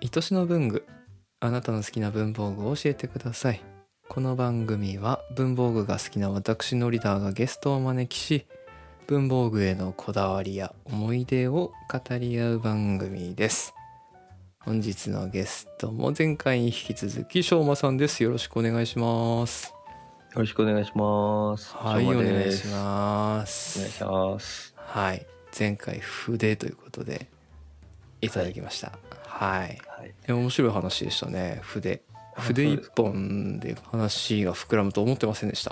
愛しの文具、あなたの好きな文房具を教えてください。この番組は文房具が好きな私のリーダーがゲストをお招きし、文房具へのこだわりや思い出を語り合う番組です。本日のゲストも前回に引き続きしょうまさんです。よろしくお願いします。 よろしくお願いします。 はい、お願いします。 お願いします。 はい、前回筆ということでいただきました。はい。 はい。 面白い話でしたね。筆一本で話が膨らむと思ってませんでした。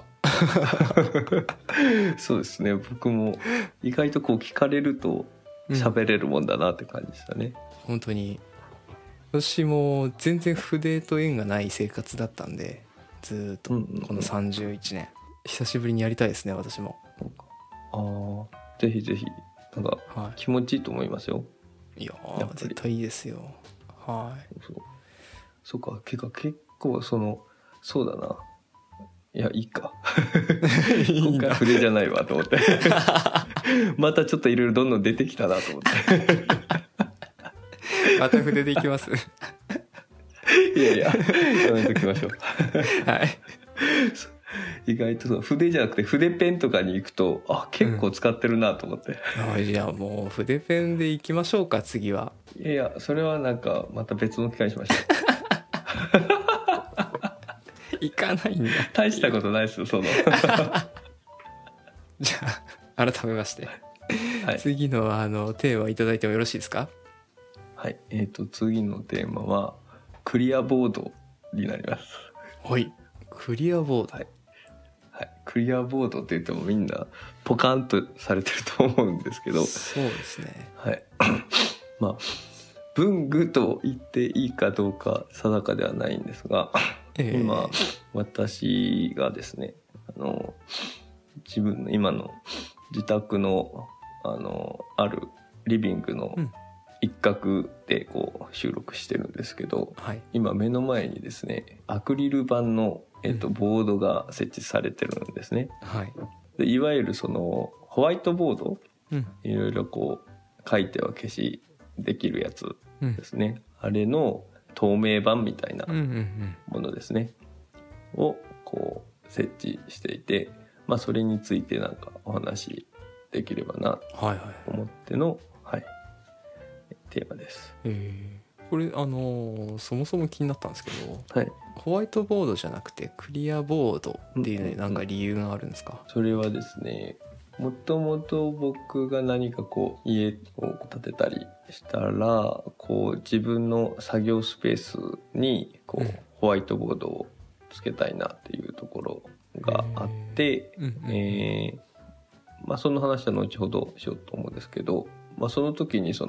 そうですね。僕も意外とこう聞かれると喋れるもんだなって感じでしたね。 本当に私も全然筆と縁がない生活だったんで、ずっとこの31年、久しぶりにやりたいですね、私も。 ああ、ぜひぜひ、なんか気持ちいいと思いますよ。 いやー、絶対いいですよ。はい。 そうか、結構そうだな。いや、いいか。今回筆じゃないわと思って。またちょっといろいろどんどん出てきたなと思って。 また筆でいきます。 いややめときましょう。 はい。 意外と筆じゃなくて筆ペンとかに行くと結構使ってるなと思って、 いやもう筆ペンでいきましょうか、次は。 いやそれはなんかまた別の機会にしましょう。 いかないんだ。 大したことないですよじゃあ改めまして、 はい、 次のテーマいただいてもよろしいですか？ はい、次のテーマはクリアボードになります。 はい、クリアボード。 はいはい、クリアボードって言ってもみんなポカンとされてると思うんですけど、 そうですね。 はい。まあ文具と言っていいかどうか定かではないんですが、今私がですね、自分の今の自宅のあるリビングの一角でこう収録してるんですけど、 はい、 今目の前にですねアクリル板のボードが設置されてるんですね。 はい、 でいわゆるそのホワイトボード、いろいろこう書いては消しできるやつですね、あれの透明版みたいなものですね、をこう設置していて、まあそれについてなんかお話できればなと思っての、はいテーマです。 これそもそも気になったんですけど、 はい、 ホワイトボードじゃなくてクリアボードっていうのに何か理由があるんですか？ それはですね、もともと僕が何かこう家を建てたりしたらこう自分の作業スペースにこう、ホワイトボードをつけたいなっていうところがあって、まあその話は後ほどしようと思うんですけど、まあその時に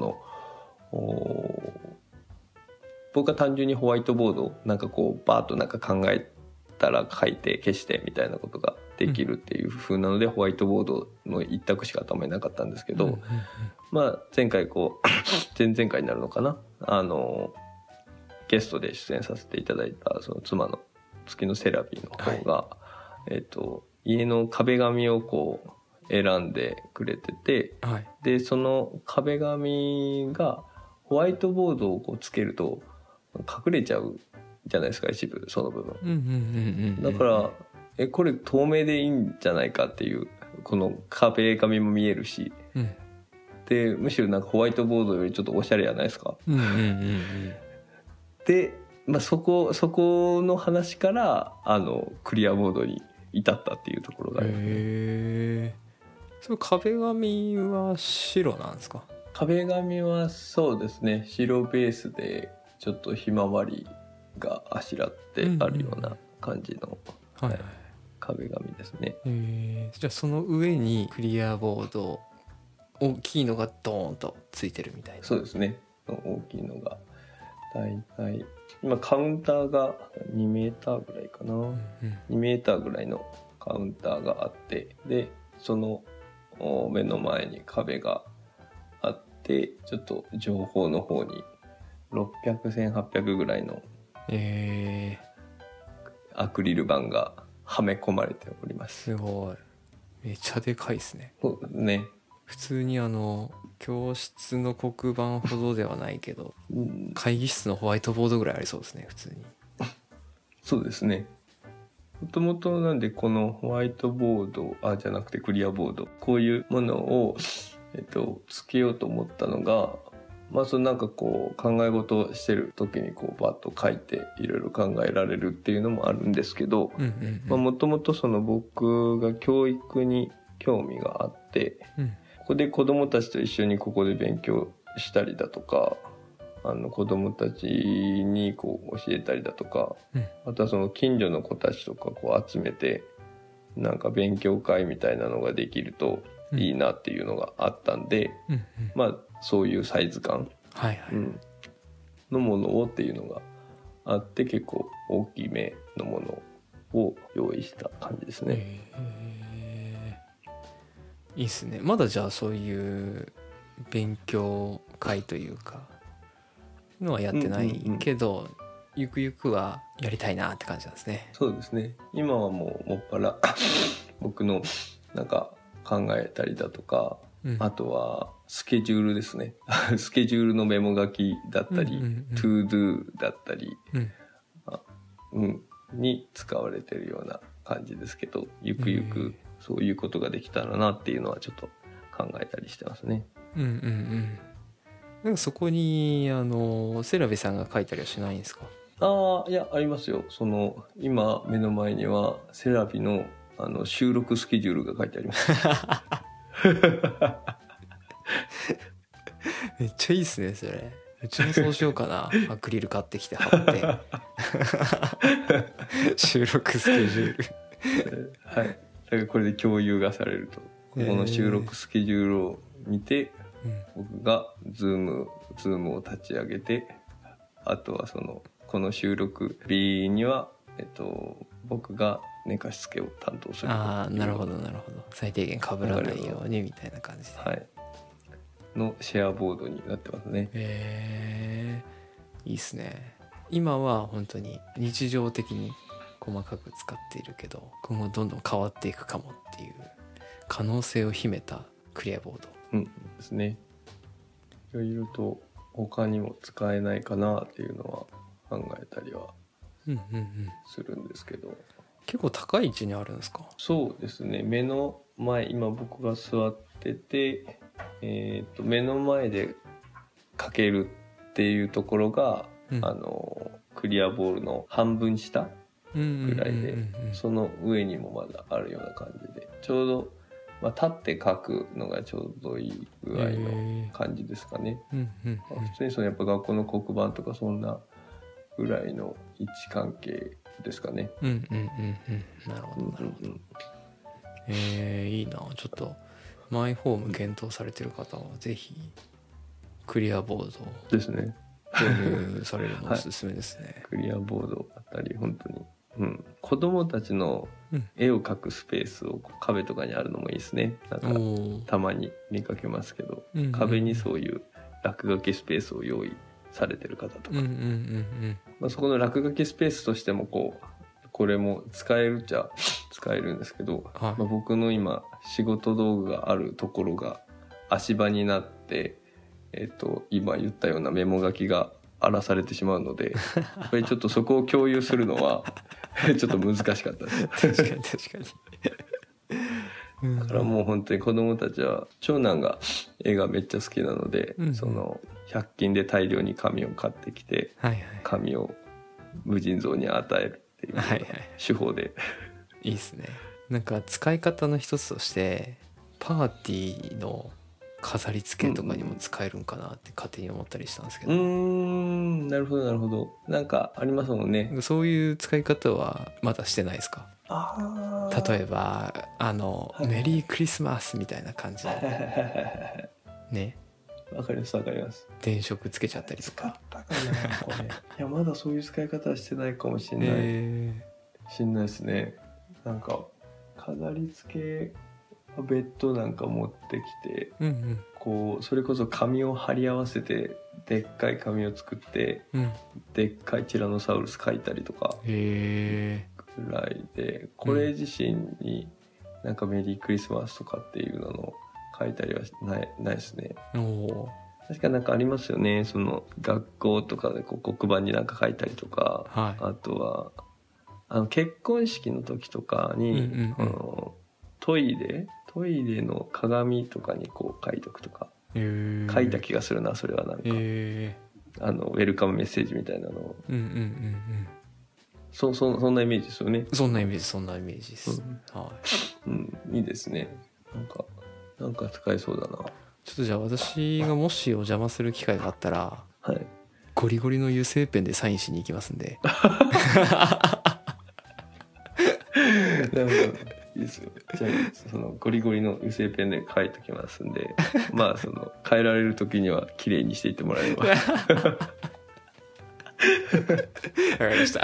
僕は単純にホワイトボードをなんかこうバーッとなんか考えたら書いて消してみたいなことができるっていう風なので、ホワイトボードの一択しか頭になかったんですけど、まあ前回こう前々回になるのかな、ゲストで出演させていただいたその妻の月のセラビーの方が、家の壁紙をこう選んでくれてて、でその壁紙がホワイトボードをこうつけると隠れちゃうじゃないですか、一部その部分。だからこれ透明でいいんじゃないかっていう、この壁紙も見えるし、でむしろなんかホワイトボードよりちょっとおしゃれじゃないですか。で、まあ、そこの話からクリアボードに至ったっていうところがありますね。 その壁紙は白なんですか？ 壁紙はそうですね、白ベースでちょっとひまわりがあしらってあるような感じの、壁紙ですね。 じゃあその上にクリアボード大きいのがドーンとついてるみたいな。 そうですね、大きいのがだいたい今カウンターが2メーターぐらいかな、2メーターぐらいのカウンターがあって、でその目の前に壁があって、ちょっと上方の方に600、1800ぐらいのアクリル板がはめ込まれております。 すごい、めっちゃでかいですね。 そうですね。 普通に教室の黒板ほどではないけどうん会議室のホワイトボードぐらいありそうですね普通に。 そうですね。もともとなんでこのホワイトボードじゃなくてクリアボードこういうものをつけようと思ったのが、まあそのなんかこう考え事をしてる時にこうバッと書いていろいろ考えられるっていうのもあるんですけど、 うんうんうんもともとその僕が教育に興味があって、 うんここで子どもたちと一緒にここで勉強したりだとか子どもたちにこう教えたりだとか、 うんあとはその近所の子たちとかこう集めてなんか勉強会みたいなのができるといいなっていうのがあったんで、 うんうんまあそういうサイズ感、 はいはい、 のものをっていうのがあって結構大きめのものを用意した感じですね。 いいっすね。まだじゃあそういう勉強会というかのはやってないけど、ゆくゆくはやりたいなって感じなんですね。 そうですね。今はもうもっぱら僕のなんか考えたりだとか、 うんあとはスケジュールですねスケジュールのメモ書きだったり、 うんうんうんトゥードゥだったり、 うんに使われてるような感じですけど、ゆくゆくそういうことができたらなっていうのはちょっと考えたりしてますね。 うんうんうんなんかそこにセラビさんが書いたりはしないんですか？ いやありますよ。その今目の前にはセラビの収録スケジュールが書いてありますめっちゃいいっすねそれ。うちもそうしようかなアクリル買ってきて貼って収録スケジュールはい。だからこれで共有がされると、ここの収録スケジュールを見て、僕がズームを立ち上げて、あとはこの収録日には僕が寝かしつけを担当する。 なるほどなるほど。最低限被らないようにみたいな感じで。 はい。のシェアボードになってますね。 いいっすね。今は本当に日常的に細かく使っているけど、今後どんどん変わっていくかもっていう可能性を秘めたクリアボード。 ですね。いろいろと他にも使えないかなっていうのは考えたりはするんですけど、 結構高い位置にあるんですか？ そうですね。目の前、今僕が座ってて、目の前でかけるっていうところが、クリアボールの半分下ぐらいで、その上にもまだあるような感じで、ちょうど、立って書くのがちょうどいい具合の感じですかね。普通にやっぱ学校の黒板とかそんなぐらいの位置関係ですかね。 なるほどなるほど。いいな。ちょっとマイホーム検討されてる方はぜひクリアボードですね導入されるのおすすめですね。 クリアボードあったり本当に、子供たちの絵を描くスペースを壁とかにあるのもいいですね。なんかたまに見かけますけど、壁にそういう落書きスペースを用意されてる方とか、そこの落書きスペースとしてもこれも使えるっちゃ使えるんですけど、僕の今仕事道具があるところが足場になって、今言ったようなメモ書きが荒らされてしまうのでやっぱりちょっとそこを共有するのはちょっと難しかったです。 確かにだからもう本当に子供たちは長男が絵がめっちゃ好きなので、その100均で大量に紙を買ってきて、紙を無尽蔵に与えるっていう手法で、 いいですね。なんか使い方の一つとしてパーティーの飾り付けとかにも使えるんかなって勝手に思ったりしたんですけど。 なるほどなるほど。なんかありますもんね。 そういう使い方はまだしてないですか？例えばメリークリスマスみたいな感じでね。 わかりますわかります。 電飾つけちゃったりとか。 使ったかなこれ。いやまだそういう使い方はしてないかもしれない。ですね。なんか飾り付けベッドなんか持ってきて、それこそ紙を貼り合わせてでっかい紙を作って、でっかいティラノサウルス描いたりとかぐらいで、これ自身になんかメリークリスマスとかっていうのの書いたりはないですね。 おお確かなんかありますよね、その学校とかでこう黒板になんか書いたりとか、 はいあとは結婚式の時とかに、 うんうんうん、 トイレの鏡とかにこう書いとくとか、書いた気がするな、それはなんか、ウェルカムメッセージみたいなのを、 うんうんうんうん、 そんなイメージですよね。 そんなイメージです、はい、 いいですね。なんか使えそうだな。 ちょっとじゃあ私がもしお邪魔する機会があったら、 はい、 ゴリゴリの油性ペンでサインしに行きますんでなるほど、いいですよ。じゃあそのゴリゴリの油性ペンで書いてきますんで、まあその変えられる時には綺麗にしていってもらえれば。わかりました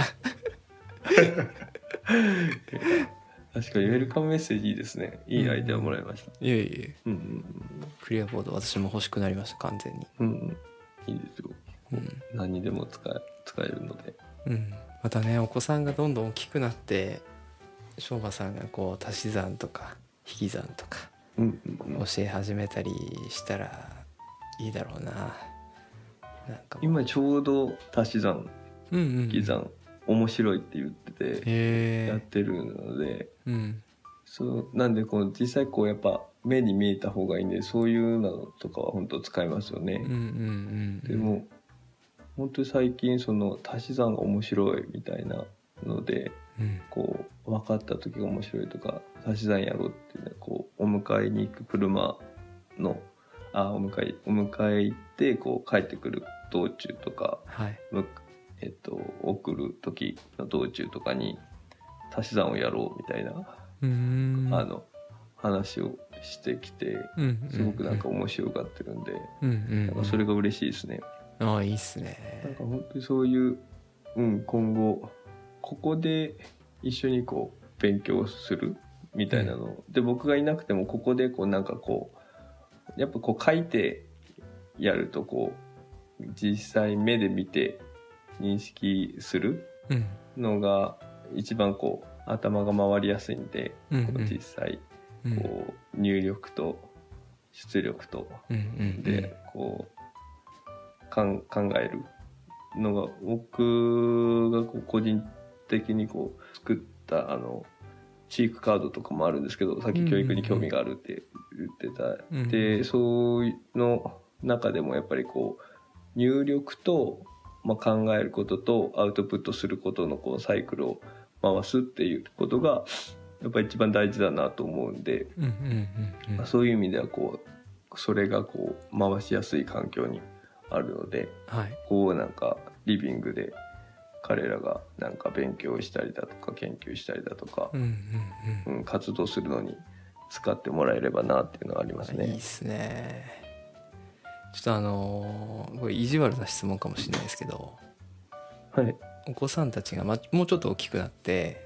確かにウェルカムメッセージいいですね。いいアイデアもらいました。 いえいえ、クリアボード私も欲しくなりました、完全に。 いいですよ、何にでも使えるので、 またね、お子さんがどんどん大きくなって翔馬さんがこう足し算とか引き算とか教え始めたりしたらいいだろうな。なんか今ちょうど足し算、引き算面白いって言っててやってるので、そうなんでこう実際こうやっぱ目に見えた方がいいんで、そういうのとかは本当使いますよね。でも本当に最近その足し算が面白いみたいなので、こう分かった時が面白いとか、足し算やろうっていうのはこうお迎えに行く車のお迎え行ってこう帰ってくる道中とか、送る時の道中とかに足し算をやろうみたいな話をしてきて、すごくなんか面白がってるんで、なんかそれが嬉しいですね。 いいっすね。 なんか本当にそういう、今後ここで一緒にこう勉強するみたいなの、で僕がいなくてもここでこうなんかこうやっぱこう書いてやるとこう実際目で見て認識するのが一番こう頭が回りやすいんで、実際こう入力と出力とでこう考えるのが、僕がこう個人的にこう作ったチークカードとかもあるんですけど、さっき教育に興味があるって言ってた、でそういうの中でもやっぱりこう入力と、考えることとアウトプットすることのこうサイクルを回すっていうことがやっぱり一番大事だなと思うんで、そういう意味ではこうそれがこう回しやすい環境にあるので、こうなんかリビングで彼らがなんか勉強したりだとか研究したりだとか、活動するのに使ってもらえればなっていうのはありますね。 いいっすね。ちょっとこれ意地悪な質問かもしれないですけど、お子さんたちがもうちょっと大きくなって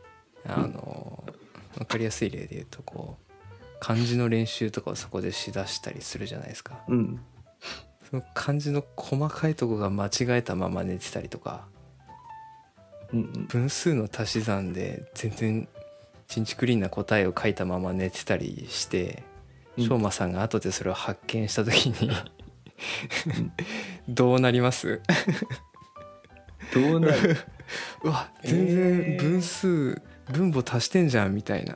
分かりやすい例で言うとこう漢字の練習とかをそこでしだしたりするじゃないですか。その漢字の細かいとこが間違えたまま寝てたりとか、分数の足し算で全然チンチクリンな答えを書いたまま寝てたりして、翔馬さんが後でそれを発見した時にどうなります？ どうなる？ うわ、全然分母足してんじゃんみたいな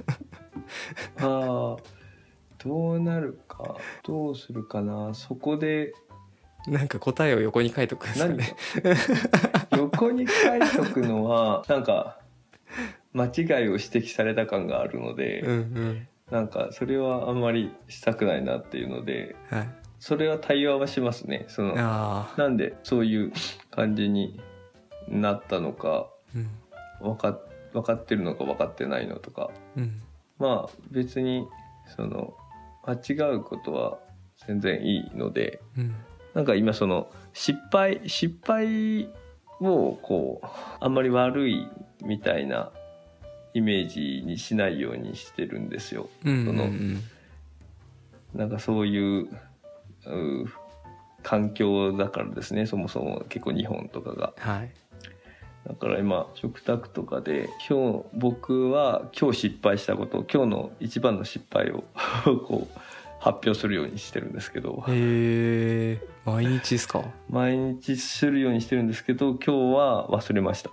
どうなるか、どうするかな。そこでなんか答えを横に書いとくんですかね。 横に書いとくのはなんか間違いを指摘された感があるので、なんかそれはあんまりしたくないなっていうので、それは対話はしますね。なんでそういう感じになったのか、分かってるのか分かってないのとか、別にその間違うことは全然いいので、なんか今その失敗をこうあんまり悪いみたいなイメージにしないようにしてるんですよ。なんかそういう環境だからですね、そもそも結構日本とかが。だから今食卓とかで僕は今日失敗したこと、今日の一番の失敗をこう発表するようにしてるんですけど、 へえ、毎日ですか？ 毎日するようにしてるんですけど、今日は忘れました。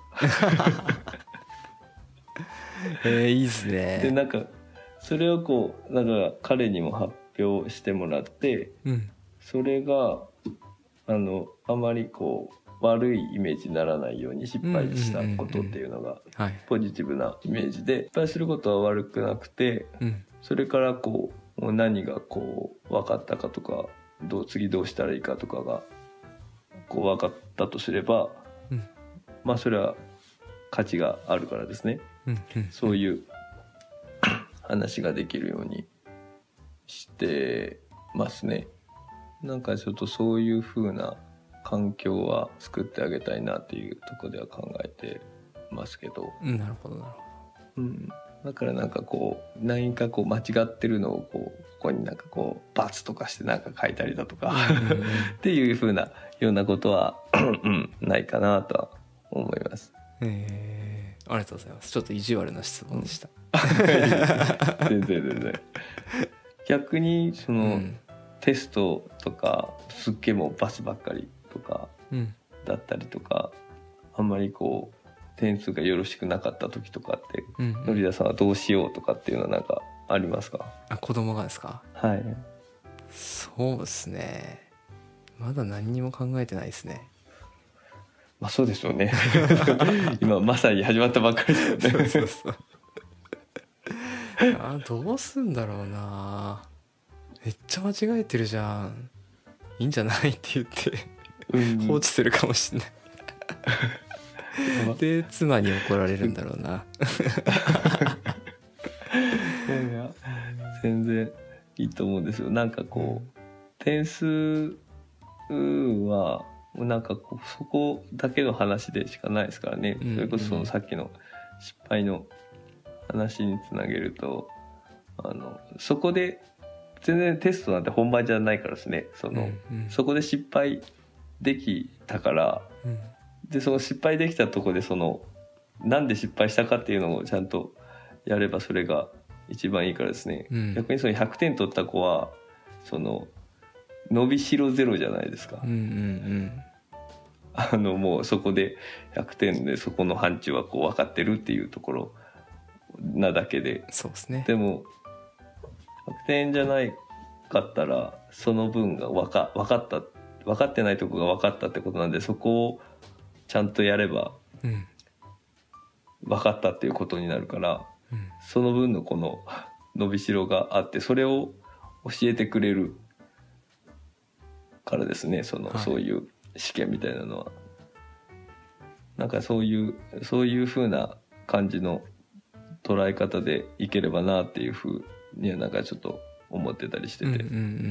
いいですね。 でなんかそれをこうなんか彼にも発表してもらって、 うん、 それがあまりこう悪いイメージにならないように、失敗したことっていうのがポジティブなイメージで、失敗することは悪くなくて、 うん、 それからこうもう何がこう分かったかとか、次どうしたらいいかとかがこう分かったとすれば、 うん、 まあそれは価値があるからですね、 うんうん、 そういう話ができるようにしてますね。なんかちょっとそういう風な環境は作ってあげたいなっていうところでは考えてますけど、 うん、なるほどなるほうん、だからなんかこう何かこう間違ってるのをここになんかこうバツとかしてなんか書いたりだとか、 ど、うんうんうん、 っていう風なようなことはないかなとは思います。 ありがとうございます。ちょっと意地悪な質問でした。 全然逆にその、 うん、 テストとかすっげえもうバスばっかりとかうんだったりとか、あんまりこう点数がよろしくなかった時とかって、 うんのりださんはどうしようとかっていうのはなんかありますか？ あ、子供がですか？ はい。 そうですね、まだ何にも考えてないですね。 まあそうでしょうね。今まさに始まったばっかりですよね。 そうそうどうすんだろうな。めっちゃ間違えてるじゃん、いいんじゃないって言って放置するかもしんないで妻に怒られるんだろうな。 いや全然いいと思うんですよ。なんかこう点数はなんかこうそこだけの話でしかないですからね、それこそそのさっきの失敗の話につなげると、そこで全然テストなんて本番じゃないからですね、そこで失敗できたから、でその失敗できたところでなんで失敗したかっていうのをちゃんとやればそれが一番いいからですね、逆にその100点取った子は伸びしろゼロじゃないですか、もうそこで100点でそこの範疇はこう分かってるっていうところなだけで、 そうですね。 でも100点じゃないかったらその分が分かってないところが分かったってことなんで、そこをちゃんとやれば分かったっていうことになるから、その分のこの伸びしろがあって、それを教えてくれるからですね、そういう試験みたいなのはなんかそういう風な感じの捉え方でいければなっていう風にはなんかちょっと思ってたりしてて、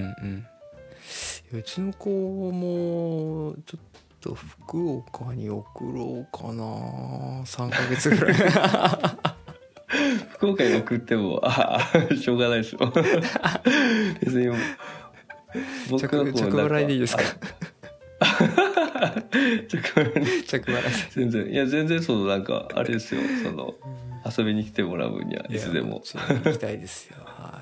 うちの子もちょっと福岡に送ろうかな、3ヶ月ぐらい福岡に送ってもしょうがないですよ別に僕は着払いでいいですか？ 着払い全然なんかあれですよ、遊びに来てもらう分にはいつでも行きたいですよ。はい。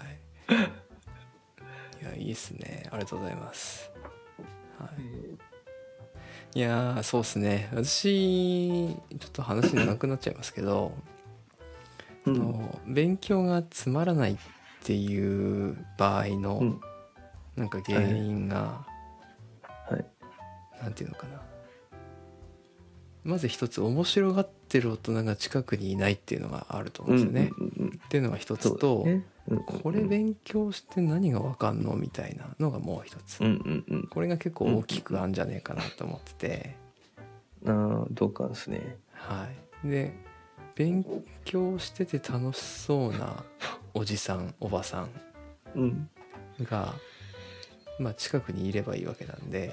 いや、いいですね。ありがとうございます。はい。いや、そうですね。私ちょっと話長くなっちゃいますけど、勉強がつまらないっていう場合の、なんか原因が、なんていうのかな。まず一つ、面白がってる大人が近くにいないっていうのがあると思うんですよね。っていうのが一つと、これ勉強して何が分かんのみたいなのがもう一つ、これが結構大きくあるんじゃねえかなと思ってて、 どうかですね。 はい。で、勉強してて楽しそうなおじさんおばさんが、まあ近くにいればいいわけなんで、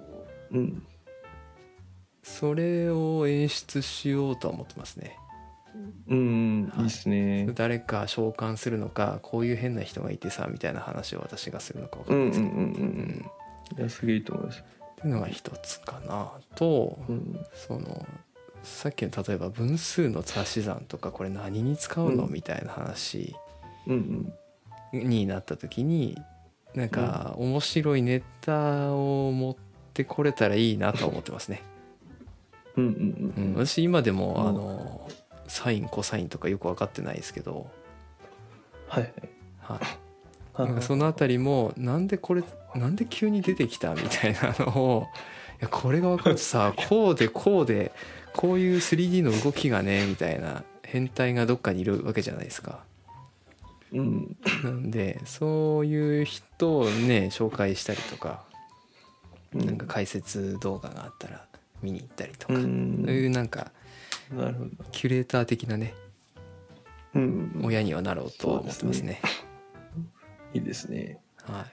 それを演出しようとは思ってますね。 いいですね。 誰か召喚するのか、こういう変な人がいてさみたいな話を私がするのか分かんないですけど、 いやすげえいいと思います。 っていうのが一つかなと、さっきの例えば分数の足し算とかこれ何に使うのみたいな話になった時に、 なんか面白いネタを持ってこれたらいいなと思ってますね。 うんうんうん私今でもサインコサインとかよく分かってないですけど、 はいはい、なんかそのあたりもなんで急に出てきたみたいなのを、いやこれが分かるとさ、こうでこうでこういう 3D の動きがねみたいな変態がどっかにいるわけじゃないですか。なんでそういう人をね紹介したりとか、なんか解説動画があったら見に行ったりとか、そういうなんかなるほど、 キュレーター的なね、親にはなろうとは思ってますね。 いいですね。 はい、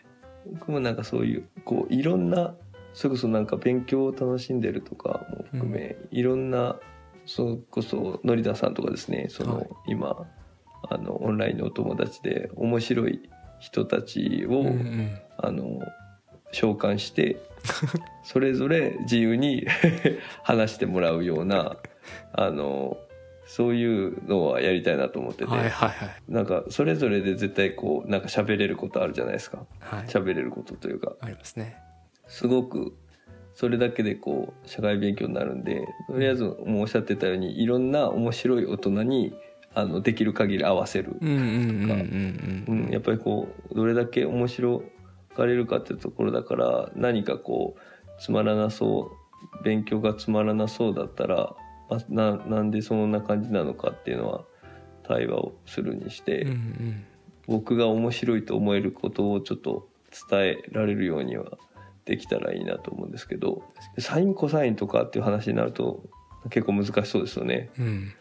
僕もなんかそういうこういろんな、それこそなんか勉強を楽しんでるとかも含め、いろんな、それこそのりださんとかですね、その、今オンラインのお友達で面白い人たちを、召喚してそれぞれ自由に話してもらうようなそういうのはやりたいなと思ってて、なんかそれぞれで絶対こうなんか喋れることあるじゃないですか。喋れることというかありますね。 すごくそれだけでこう社会勉強になるんで、とりあえずもうおっしゃってたようにいろんな面白い大人にできる限り合わせるとか、やっぱりこうどれだけ面白がれるかっていうところだから、何かこうつまらなそう、勉強がつまらなそうだったら、なんでそんな感じなのかっていうのは対話をするにして、僕が面白いと思えることをちょっと伝えられるようにはできたらいいなと思うんですけど、サインコサインとかっていう話になると結構難しそうですよね。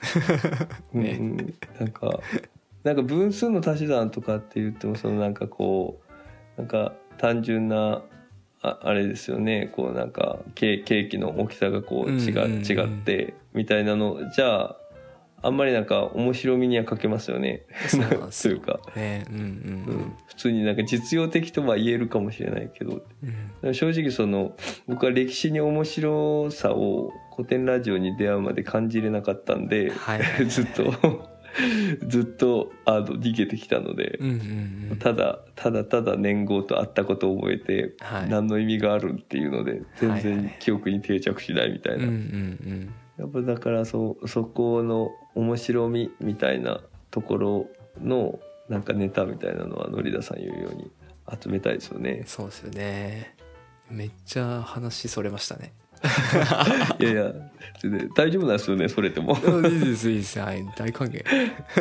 なんか分数の足し算とかって言っても、そのなんかこうなんか単純なあれですよね、こうなんかケーキの大きさがこう違ってみたいなのじゃああんまりなんか面白みには欠けますよね。というか、普通になんか実用的とは言えるかもしれないけど、正直その僕は歴史に面白さを古典ラジオに出会うまで感じれなかったんで、ずっと逃げてきたので、ただ年号と会ったことを覚えて、何の意味があるっていうので全然記憶に定着しないみたいな、やっぱだからそこの面白みみたいなところのなんかネタみたいなのはのりださん言うように集めたいですよね。 そうですよね。めっちゃ話それましたね。 いや大丈夫なんですよね、それでも。 いいです、はい、大歓迎。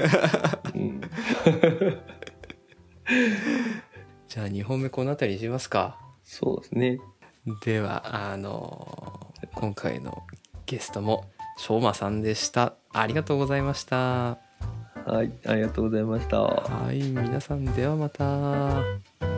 じゃあ2本目この辺りにしますか。 そうですね。 では今回のゲストもしょうまさんでした。ありがとうございました。 はい、ありがとうございました。 はい、皆さんではまた。